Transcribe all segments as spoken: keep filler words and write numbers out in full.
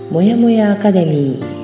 もやもやアカデミー。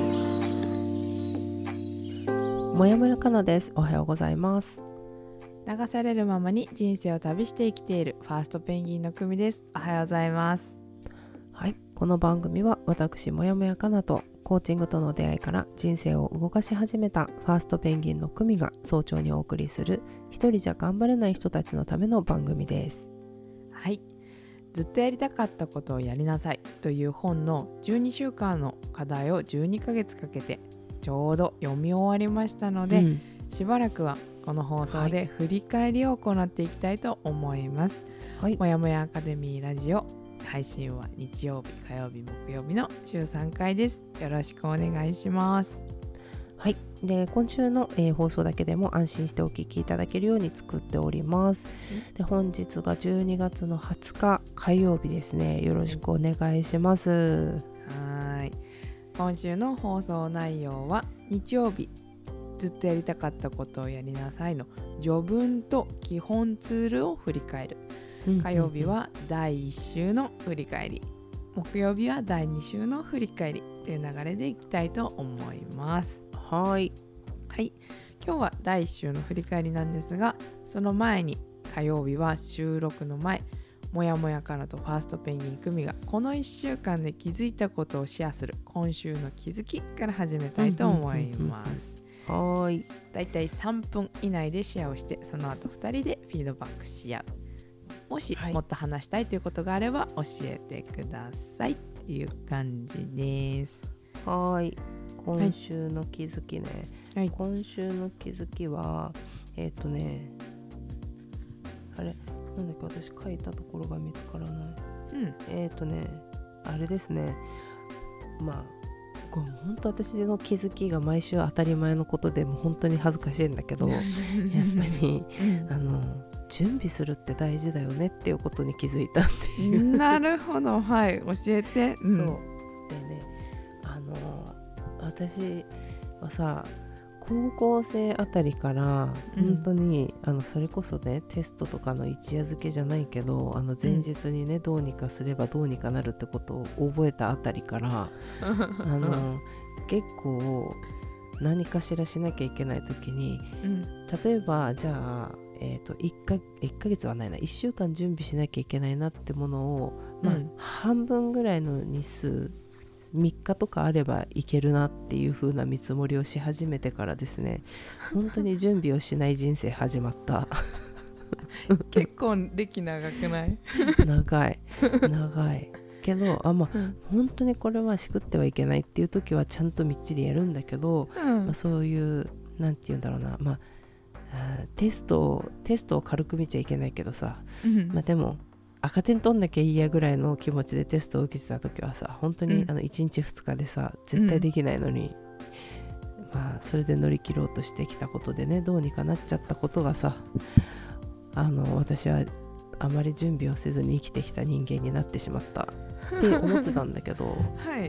もやもやかなです。おはようございます。 流されるままに人生を旅して生きているファーストペンギンの久美です。おはようございます。 はい、この番組は私もやもやかなとコーチングとの出会いから人生を動かし始めたファーストペンギンの久美が早朝にお送りする一人じゃ頑張れない人たちのための番組です。 はい、ずっとやりたかったことをやりなさいという本のじゅうにしゅうかんの課題をじゅうにかげつかけてちょうど読み終わりましたので、うん、しばらくはこの放送で振り返りを行っていきたいと思います。はい、もやもやアカデミーラジオ配信は日曜日、火曜日、木曜日の週さんかいです。よろしくお願いします。 はい、で今週の、えー、放送だけでも安心してお聞きいただけるように作っております。で本日がじゅうにがつのはつか火曜日ですね。よろしくお願いします。 はい、今週の放送内容は日曜日ずっとやりたかったことをやりなさいの序文と基本ツールを振り返る。火曜日はだいいっ週の振り返り、木曜日はだいに週の振り返りという流れでいきたいと思います。 はい、 はい、今日はだいいっ週の振り返りなんですが、その前に火曜日は収録の前、もやもやからとファーストペンギン久美がこのいっしゅうかんで気づいたことをシェアする今週の気づきから始めたいと思います。 はい、 だいたいさんぷん以内でシェアをして、その後ふたりでフィードバックし合う。もしもっと話したいということがあれば教えてくださいっていう感じです。 はい、今週の気づきね、はい、今週の気づきはえっ、ー、とねあれなんだっけ、私書いたところが見つからない、うん、えっ、ー、とねあれですね、まあこれ本当私の気づきが毎週当たり前のことでもう本当に恥ずかしいんだけどやっぱり、うん、あの準備するって大事だよねっていうことに気づいたっていう。 なるほど、はい、教えて。 うん、そうでね、あの私はさ高校生あたりから本当に、うん、あのそれこそねテストとかの一夜漬けじゃないけどあの前日にね、うん、どうにかすればどうにかなるってことを覚えたあたりからあの結構何かしらしなきゃいけない時に、うん、例えばじゃあ、えーと、1, かいっかげつはないないっしゅうかん準備しなきゃいけないなってものを、まあうん、半分ぐらいの日数みっかとかあればいけるなっていう風な見積もりをし始めてからですね本当に準備をしない人生始まった結構歴長くない？ 長い長いけどあ、まあうん、本当にこれはしくってはいけないっていう時はちゃんとみっちりやるんだけど、うんまあ、そういうなんて言うんだろうな、まあ、あテストをテストを軽く見ちゃいけないけどさ、うんまあ、でも赤点取んなきゃいいやぐらいの気持ちでテストを受けてた時はさ本当に、うん、あのいちにちふつかでさ絶対できないのに、うんまあ、それで乗り切ろうとしてきたことでねどうにかなっちゃったことがさあの私はあまり準備をせずに生きてきた人間になってしまったって思ってたんだけどはい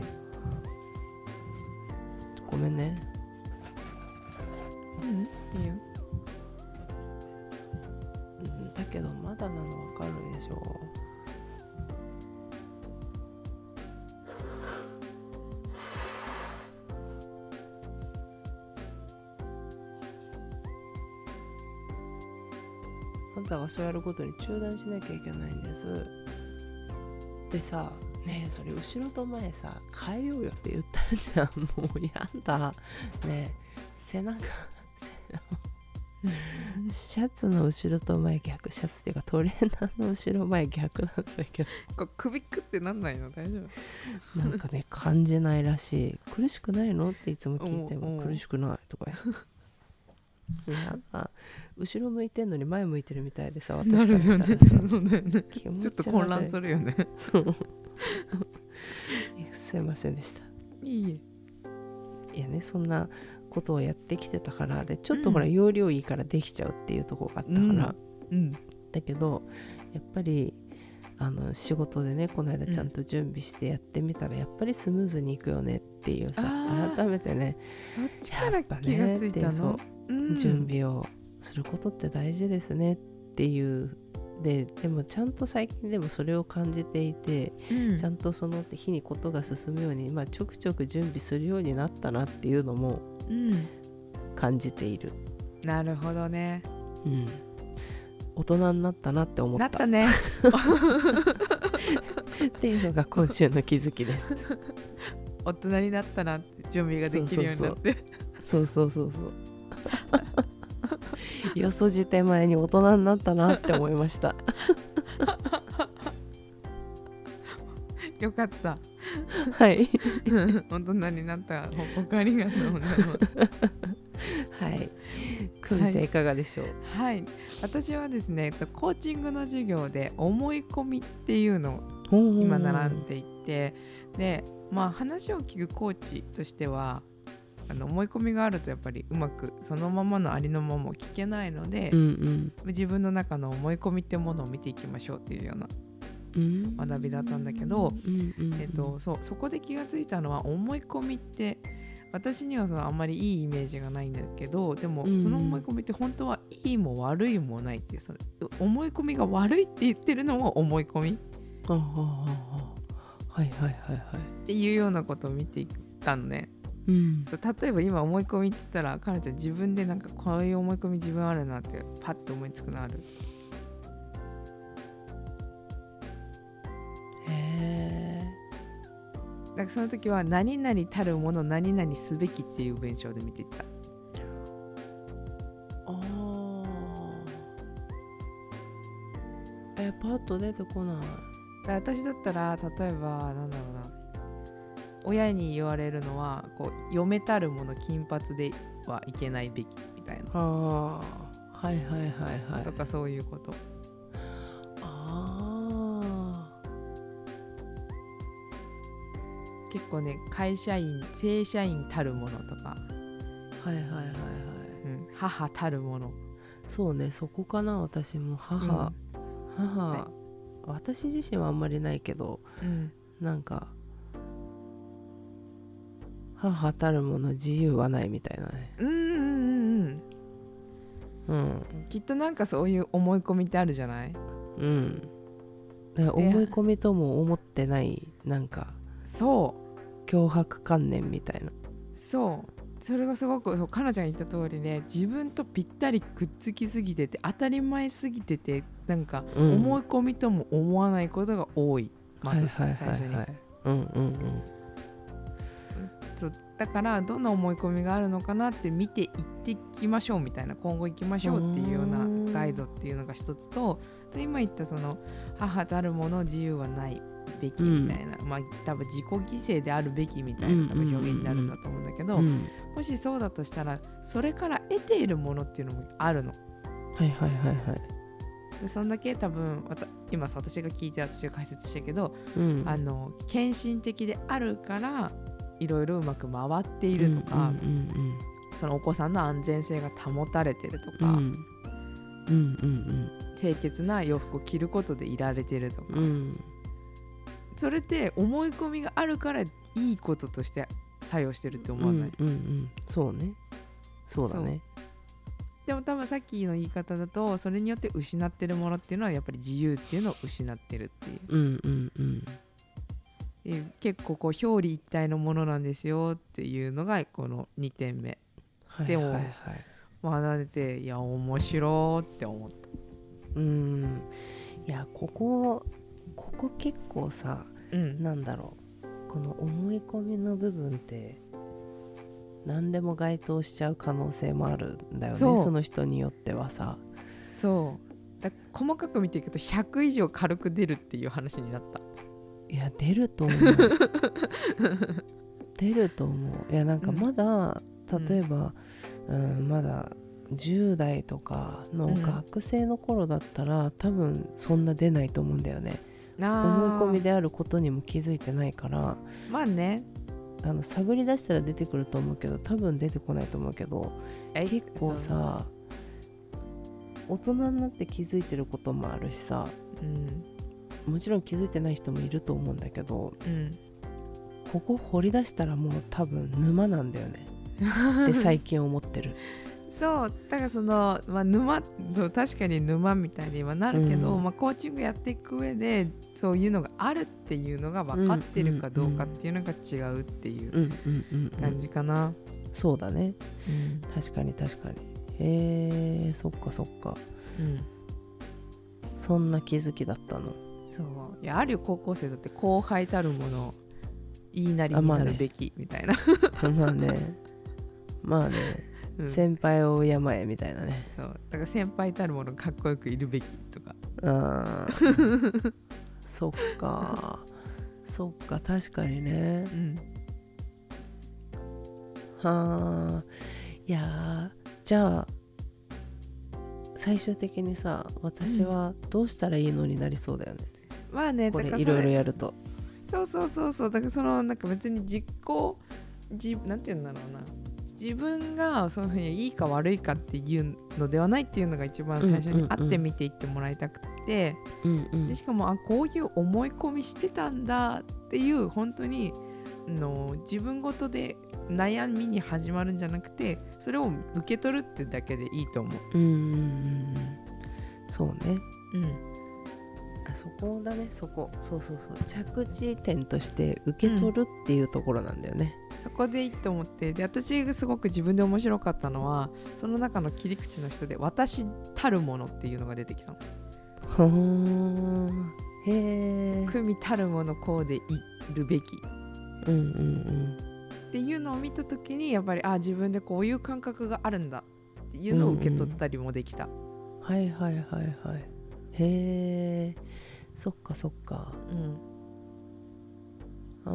ごめんねうんいいよだけどまだなの分かるでしょ。あんたがそうやることに中断しなきゃいけないんです。でさねえそれ後ろと前さ変えようよって言ったじゃん。もうやだねえ背中シャツの後ろと前逆、シャツっていうかトレーナーの後ろ前逆なんだけどこれ首くってなんないの？大丈夫？ なんかね感じないらしい。苦しくないのっていつも聞いても苦しくないとかやだ後ろ向いてんのに前向いてるみたいでさ私からしたらさ、 そうだよね、ちょっと混乱するよねそうすいませんでした。 いいえいやねそんなことをやってきてたからでちょっとほら、うん、容量いいからできちゃうっていうところがあったから、うんうん、だけどやっぱりあの仕事でねこの間ちゃんと準備してやってみたら、うん、やっぱりスムーズにいくよねっていうさ改めてねそっちから気がついたの、 うん、準備をすることって大事ですねっていうででもちゃんと最近でもそれを感じていて、 うん、 ちゃんとその日にことが進むように、まあ、ちょくちょく準備するようになったなっていうのもうん感じている、 なるほどね。 うん、大人になったなって思ったなったねっていうのが今週の気づきです大人になったなって準備ができるようになってそうそうそうそうよそじ手前に大人になったなって思いましたよかったはい大人になった報告ありがとうございますはいくみちゃんいかがでしょう。 はい、私はですねコーチングの授業で思い込みっていうのを今習っていて、でまあ話を聞くコーチとしてはあの思い込みがあるとやっぱりうまくそのままのありのままを聞けないので、 うんうん、 自分の中の思い込みってものを見ていきましょうっていうような学びだったんだけど、 うんうんうん、 えっと、そうそこで気がついたのは思い込みって私にはそのあんまりいいイメージがないんだけど、でもその思い込みって本当はいいも悪いもないっていう、その思い込みが悪いって言ってるのも思い込みあははははいはいはいはいっていうようなことを見ていったのね、 うん、 例えば今思い込みって言ったら彼女自分でなんかこういう思い込み自分あるなってパッと思いつくのある？ へー、だからその時は何々たるもの何々すべきっていう文章で見ていった。 あーえパッと出てこない。 私だったら例えばなんだろうな、親に言われるのはこう嫁たるもの金髪ではいけないべきみたいな、 あはいはいはいはいとかそういうこと。 あ結構ね会社員正社員たるものとか、 はいはいはいはい、 うん、母たるもの。 そうね、そこかな。私も母、うん、母、はい、私自身はあんまりないけど、うん、なんか母たるもの自由はないみたいなね。 うんうんうんうん、うん、きっとなんかそういう思い込みってあるじゃない？ うん。だから思い込みとも思ってないなんかそう脅迫観念みたいな。 そうそれがすごくそう彼女が言った通りで、自分とぴったりくっつきすぎてて当たり前すぎててなんか思い込みとも思わないことが多い、うん、まず最初に。 うんうんうん。 そうだからどんな思い込みがあるのかなって見ていっていきましょうみたいな、今後行きましょうっていうようなガイドっていうのが一つと、で今言ったその母たるもの自由はないべきみたいな、うん、まあ多分自己犠牲であるべきみたいな多分表現になるんだと思うんだけど、うんうんうん、もしそうだとしたらそれから得ているものっていうのもあるの。 はいはいはいはい。 でそんだけ多分今私が聞いて私が解説したけど、 うん、 あの献身的であるからいろいろうまく回っているとか、うんうんうん、そのお子さんの安全性が保たれてるとか、うんうんうん、清潔な洋服を着ることでいられてるとか、うん、それって思い込みがあるからいいこととして作用してるって思わない？ うんうんうん、そうねそうだね。 でも多分さっきの言い方だとそれによって失ってるものっていうのはやっぱり自由っていうのを失ってるっていう、 うんうんうん結構こう表裏一体のものなんですよっていうのがこのにてんめ、はいはいはい、でも学んでていや面白って思った。 うーんいやここここ結構さ、うん、なんだろう、この思い込みの部分って何でも該当しちゃう可能性もあるんだよね。 そ, その人によってはさ。 そうだ細かく見ていくとひゃく以上軽く出るっていう話になった。 いや出ると思う出ると思う。いやなんかまだ、うん、例えば、うんうん、まだじゅう代とかの学生の頃だったら、うん、多分そんな出ないと思うんだよね。思い込みであることにも気づいてないから。 まあね、 あの探り出したら出てくると思うけど多分出てこないと思うけど、結構さ大人になって気づいてることもあるしさ、うん、もちろん気づいてない人もいると思うんだけど、うん、ここ掘り出したらもう多分沼なんだよねって最近思ってる。 そうだからその、まあ、沼そう確かに沼みたいにはなるけど、 うんまあ、コーチングやっていく上でそういうのがあるっていうのが分かってるかどうかっていうのが違うっていううんうんうんうん感じかな、 そうだね、 うん確かに確かに。へえ、そっかそっか、 うんそんな気づきだったの。 そういやあるよ、高校生だって後輩たるもの言いなりになるべきみたいな、 まあねまあね、 うん、 先輩を敬えみたいなね。 そうだから先輩たるものかっこよくいるべきとか、 あーそっかそっか、確かにね。 うんはあ、いやー、じゃあ最終的にさ、私はどうしたらいいのになりそうだよね、 まあね、 こだからそれれいろいろやると。 そうそうそうそう、だからそのなんか別に実行じなんて言うんだろうな、自分がそういうふうにいいか悪いかっていうのではないっていうのが一番最初に会ってみていってもらいたくて、 うんうんでしかもあこういう思い込みしてたんだっていう本当にの自分ごとで悩みに始まるんじゃなくて、それを受け取るってだけでいいと思う。 うんうんうん、そうね、 うんあそこだね、そこ、そうそうそう、着地点として受け取るっていうところなんだよね、 うん、そこでいいと思って、で私がすごく自分で面白かったのはその中の切り口の人で私たるものっていうのが出てきたの。 はーへえ、 組たるものこうでいるべきうんうんうんっていうのを見たときに、やっぱりあ自分でこういう感覚があるんだっていうのを受け取ったりもできた、 うんうん、はいはいはいはい、へえ、そっかそっか、 うん、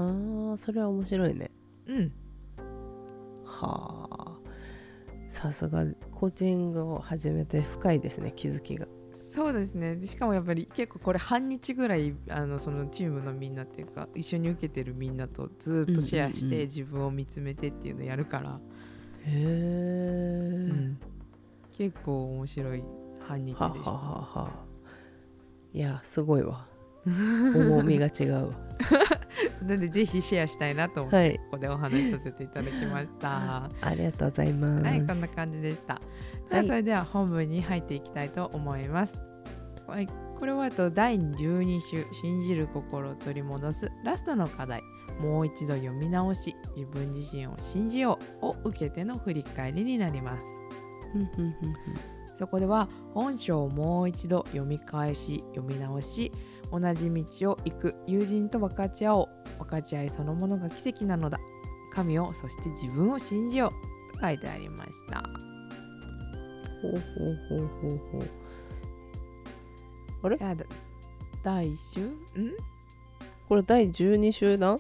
あー、それは面白いね。 うんはあ、さすがコーチングを始めて深いですね、気づきが。 そうですね。でしかもやっぱり結構これ半日ぐらいあのそのチームのみんなっていうか一緒に受けてるみんなとずっとシェアして自分を見つめてっていうのやるから、 へえ、 うん、結構面白い半日でした。 はははは、いやすごいわ重みが違うわなのでぜひシェアしたいなと思って、はい、ここでお話しさせていただきましたありがとうございます。 はい、こんな感じでした。ではそれでは本文に入っていきたいと思います。はい、これはとだいじゅうに週信じる心を取り戻すラストの課題、もう一度読み直し自分自身を信じようを受けての振り返りになります。そこでは本書をもう一度読み返し読み直し、同じ道を行く友人と分かち合おう、分かち合いそのものが奇跡なのだ、神をそして自分を信じようと書いてありました。 ほうほうほうほうほう、あれだだいいち週んこれだいじゅうに週だ。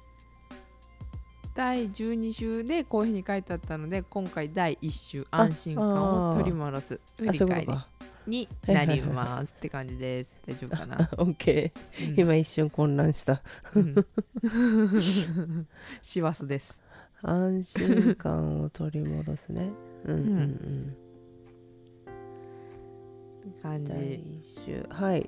だいじゅうに週でこういうふうに書いてあったので、今回だいいち週安心感を取り戻す振り返りになりますって感じです。大丈夫かなオッケー、今一瞬混乱した師走です。 安心感を取り戻すねうんうんうん、 うん、感じ。 だいいち週、はい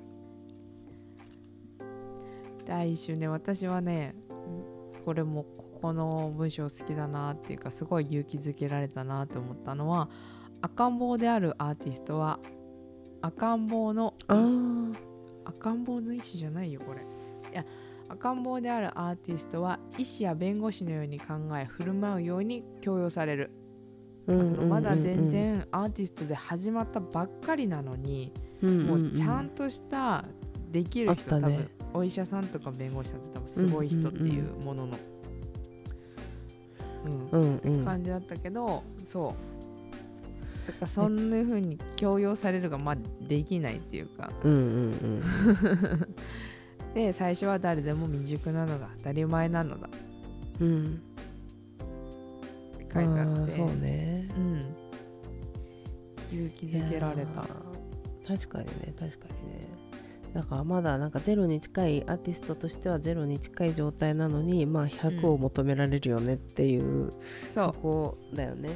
だいいち週ね、私はねこれもこの文章好きだなっていうか、すごい勇気づけられたなと思ったのは、赤ん坊であるアーティストは赤ん坊の意思、赤ん坊の意思じゃないよこれ、いや赤ん坊であるアーティストは医師や弁護士のように考え振る舞うように強要される、うんうんうんうん、そのまだ全然アーティストで始まったばっかりなのに、うんうんうん、もうちゃんとしたできる人、ね、多分お医者さんとか弁護士さんって多分すごい人っていうものの、うんうんうん、って感じだったけど、そうだからそんな風に強要されるがまあできないっていうか、うんうんうんで最初は誰でも未熟なのが当たり前なのだ、うん、って書いてあって、 そうね、 うん、勇気づけられた。 確かにね確かにね、だからまだなんかゼロに近いアーティストとしてはゼロに近い状態なのに、まあひゃくを求められるよねっていう、うん、そこだよね。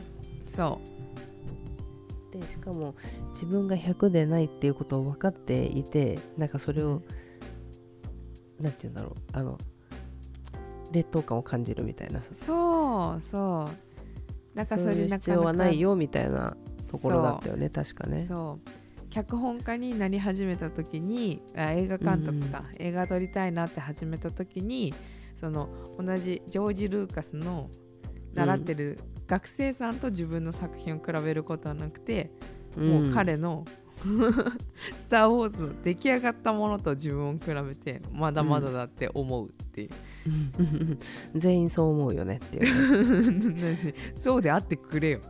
そうでしかも自分がひゃくでないっていうことを分かっていて、なんかそれを、うんなんて言うんだろう、あの劣等感を感じるみたいな、 そうそう、なんかそれそういう必要はないよみたいなところだったよね確かね。 そう脚本家になり始めた時にあ映画監督か、うん、映画撮りたいなって始めた時にその同じジョージ・ルーカスの習ってる学生さんと自分の作品を比べることはなくて、うん、もう彼のスター・ウォーズの出来上がったものと自分を比べてまだまだだって思うっていう、 うん、全員そう思うよねっていうそうであってくれよ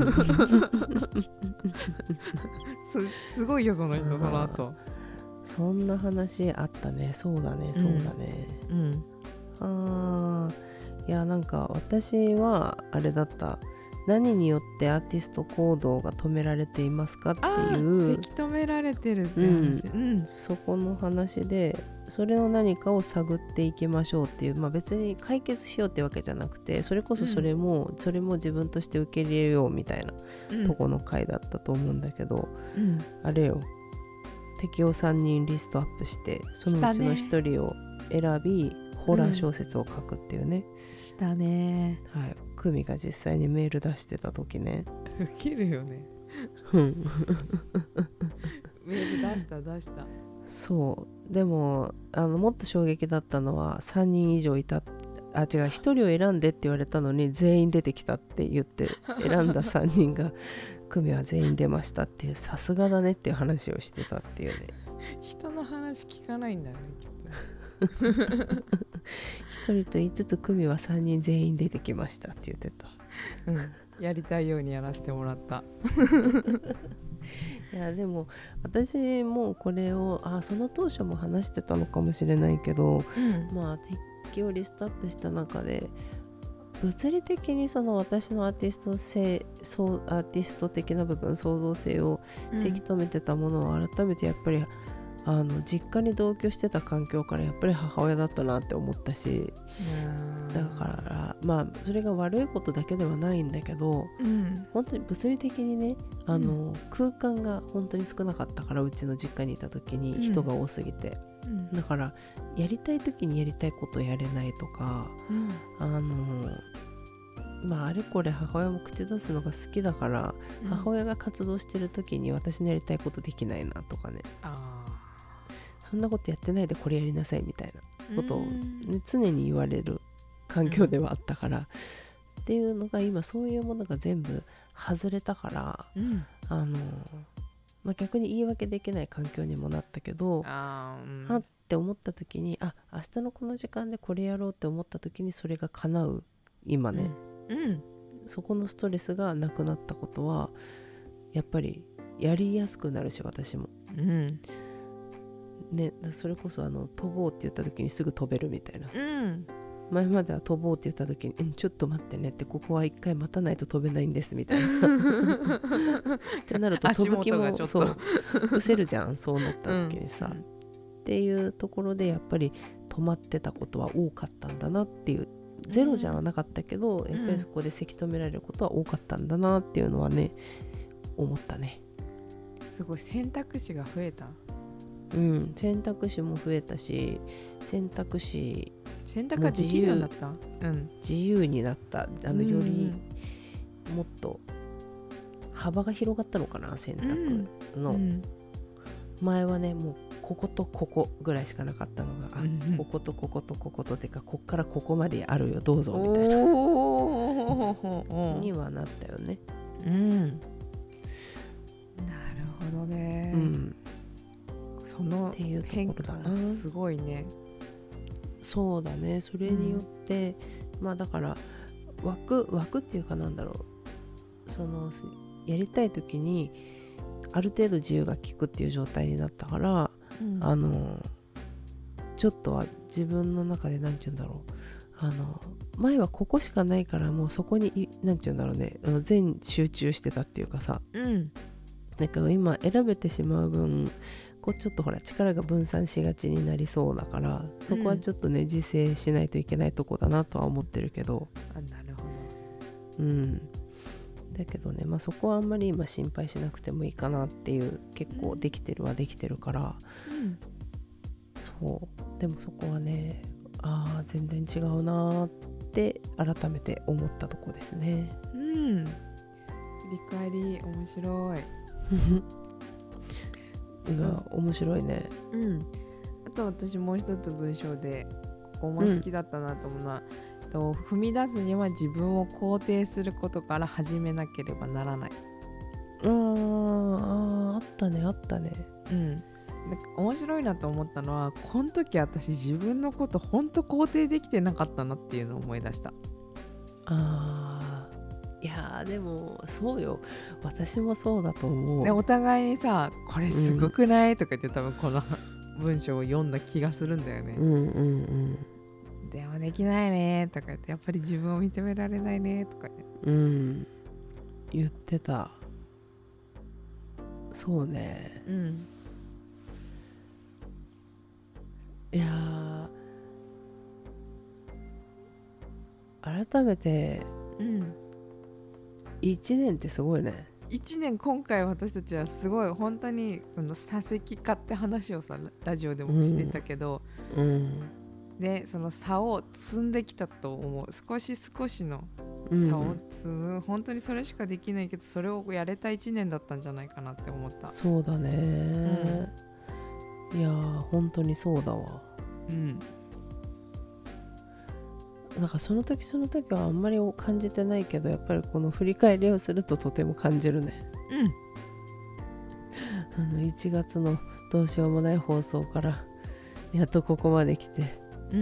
す, すごいよその人その後そんな話あったね。そうだねそうだね、うん、あいやなんか私はあれだった。何によってアーティスト行動が止められていますかっていうせき止められてるって話、 うんうん、そこの話でそれの何かを探っていきましょうっていう、まあ、別に解決しようってわけじゃなくてそれこそそれも、うん、それも自分として受け入れようみたいな、うん、とこの回だったと思うんだけど、うん、あれよ敵をさんにんリストアップしてそのうちのひとりを選びホラー小説を書くっていうね、 うん、したねはい。クミが実際にメール出してた時ねウケるよねメール出した出したそうでもあのもっと衝撃だったのはさんにん以上いたあ違うひとりを選んでって言われたのに全員出てきたって言って選んださんにんがクミは全員出ましたっていうさすがだねっていう話をしてたっていうね人の話聞かないんだねきっとひとりと言いつつクミはさんにん全員出てきましたって言ってた、 うん、やりたいようにやらせてもらったいやでも私もこれをあその当初も話してたのかもしれないけど、うん、まあ敵をリストアップした中で物理的にその私のアーティスト性そうアーティスト的な部分創造性をせき止めてたものは改めてやっぱりあの実家に同居してた環境からやっぱり母親だったなって思ったしだからまあそれが悪いことだけではないんだけど、うん、本当に物理的にねあの、うん、空間が本当に少なかったからうちの実家にいた時に人が多すぎて、うん、だからやりたい時にやりたいことやれないとか、うん、あのまああれこれ母親も口出すのが好きだから、うん、母親が活動してる時に私のやりたいことできないなとかねあそんなことやってないでこれやりなさいみたいなことを、ね、常に言われる環境ではあったから、うん、っていうのが今そういうものが全部外れたから、うん、あの、まあ、逆に言い訳できない環境にもなったけどあ、うん、はって思った時にあ明日のこの時間でこれやろうって思った時にそれが叶う今ね、うんうん、そこのストレスがなくなったことはやっぱりやりやすくなるし私も、うんね、それこそあの飛ぼうって言った時にすぐ飛べるみたいな、うん、前までは飛ぼうって言った時に、うん、ちょっと待ってねってここは一回待たないと飛べないんですみたいなってなると飛ぶ気もそう失せるじゃんそうなった時にさ、うん、っていうところでやっぱり止まってたことは多かったんだなっていうゼロじゃなかったけど、うん、やっぱりそこでせき止められることは多かったんだなっていうのはね思ったね。 すごい選択肢が増えた。 うん、選択肢も増えたし選択肢選択ができるようになった、 うん、自由になったあのよりもっと幅が広がったのかな選択の、うん、前はねもうこことここぐらいしかなかったのが、うん、こことこことこことっていうかこっからここまであるよどうぞみたいなにはなったよね。うん、 なるほどね、うんその変化すごいね。 そうだねそれによって、うん、まあだから枠枠っていうかなんだろうそのやりたい時にある程度自由が利くっていう状態になったから、うん、あのちょっとは自分の中でなんて言うんだろうあの前はここしかないからもうそこになんて言うんだろうね全集中してたっていうかさ、うん、だけど今選べてしまう分こうちょっとほら力が分散しがちになりそうだからそこはちょっとね、うん、自制しないといけないとこだなとは思ってるけどあなるほどうんだけどねまあそこはあんまり今心配しなくてもいいかなっていう結構できてるはできてるから、うん、そうでもそこはねああ全然違うなって改めて思ったとこですね。 うんり返り面白い。 いや、面白いね。 うん。あと私もう一つ文章でここも好きだったなと思うのは、うん、と踏み出すには自分を肯定することから始めなければならない。 あーあったねあったね。 うん。なんか面白いなと思ったのは、この時私自分のことほんと肯定できてなかったなっていうのを思い出した。 あーいやでもそうよ、私もそうだと思う。 でお互いにさ、これすごくない、うん、とか言って多分この文章を読んだ気がするんだよね。 うんうんうんでもできないねとか言って、やっぱり自分を認められないねとか言って、 うん、言ってた。そうね。 うん。 いや改めて、 うん、 いちねんってすごいね。 いちねん、今回私たちはすごい本当にその差席化って話をさラジオでもしてたけど、 うんうん、 でその差を積んできたと思う。少し少しの差を積む、うん、本当にそれしかできないけど、それをやれたいちねんだったんじゃないかなって思った。 そうだね、うん、いや本当にそうだわ。 うん。 なんかその時その時はあんまり感じてないけど、やっぱりこの振り返りをするととても感じるね。 うん。 あのいちがつのどうしようもない放送からやっとここまで来て、 うん、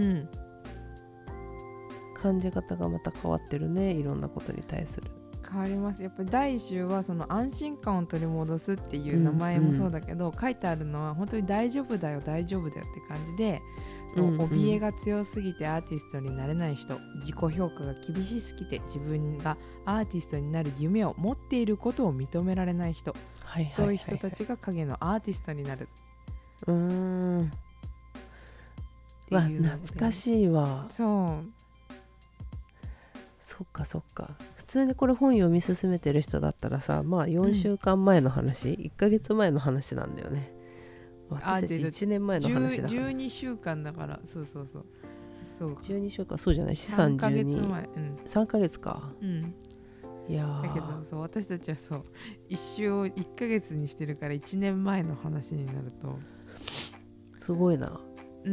感じ方がまた変わってるね。いろんなことに対する変わります。やっぱりだいいっ週はその安心感を取り戻すっていう名前もそうだけど、うんうん、書いてあるのは本当に大丈夫だよ大丈夫だよって感じで、うんうん、怯えが強すぎてアーティストになれない人、自己評価が厳しすぎて自分がアーティストになる夢を持っていることを認められない人、はいはいはいはい、そういう人たちが影のアーティストになる。 うーん、わ、懐かしいわ。 そう、 そっかそっか。普通にこれ本読み進めてる人だったらさ、まあよんしゅうかんまえの話、うん、いっかげつまえの話なんだよね。私たちいちねんまえの話だから。 じゅうにしゅうかんだから、そうそうそう。そうじゅうにしゅうかん、そうじゃない、資産じゅうに。さんかげつまえ、うん、さんかげつか。 うん。 いやだけどそう私たちはそう一周をいっかげつにしてるから、いちねんまえの話になるとすごいな。 うん。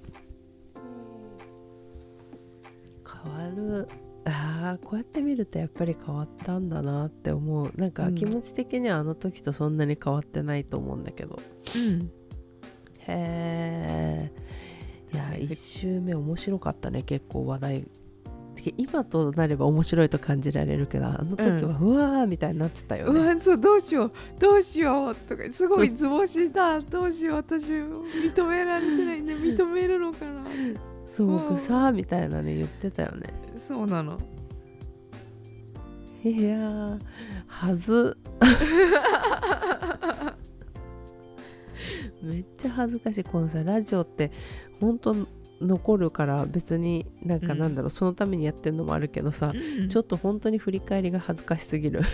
変わる。あー、こうやって見るとやっぱり変わったんだなって思う。なんか気持ち的にはあの時とそんなに変わってないと思うんだけど、 うん、 へー、いやいち週目面白かったね。結構話題、今となれば面白いと感じられるけど、あの時は、うん、うわーみたいになってたよね。 うわ、そう、どうしようどうしようとか、すごい図星だ、どうしよう、私認められてないね、認めるのかな、 すごくさーみたいなね言ってたよね。 そうなの。 いやー、はずめっちゃ恥ずかしい。このさ、ラジオって本当残るから別になんかなんだろう、うん、そのためにやってるのもあるけどさ、うん、ちょっと本当に振り返りが恥ずかしすぎる、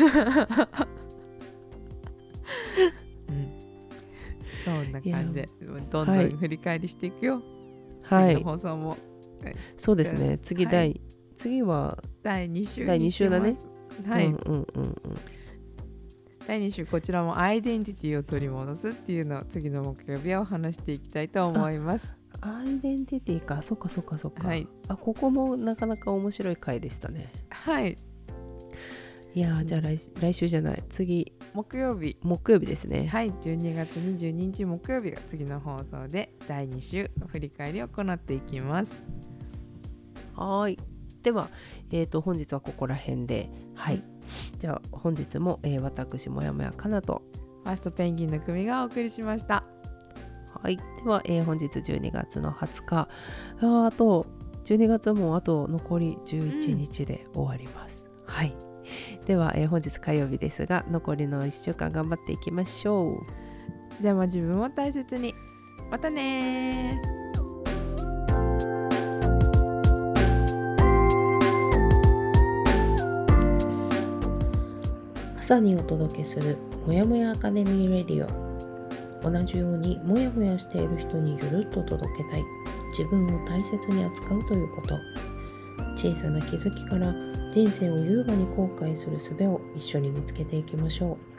うん、そんな感じでどんどん振り返りしていくよ、 はい、 次の放送も、はい、 そうですね。次第、はい、次はだいに週だいに週だね。 はい、 うんうんうんうん、 だいに週、こちらもアイデンティティを取り戻すっていうのを次の木曜日はお話していきたいと思います。 アイデンティティか、そっかそっかそっか、 はい、 あ、ここもなかなか面白い回でしたね。 はい。 いやー、じゃあ 来, 来週じゃない次木曜日木曜日ですね。 はい、じゅうにがつにじゅうににち木曜日が次の放送でだいに週の振り返りを行っていきます。 はい、では、えーと、本日はここら辺で、はい、じゃあ本日も、えー、私もやもやかなとファーストペンギンの組がお送りしました。 はい、では、えー、本日じゅうにがつのはつか、あ, あとじゅうにがつもあと残りじゅういちにちで終わります、うん、はい。では、えー、本日火曜日ですが、残りのいっしゅうかん頑張っていきましょう。 いつでも自分を大切に。またねー。 朝にお届けするもやもやアカデミーレディオ。同じようにもやもやしている人にゆるっと届けたい、自分を大切に扱うということ。小さな気づきから人生を優雅に後悔する術を一緒に見つけていきましょう。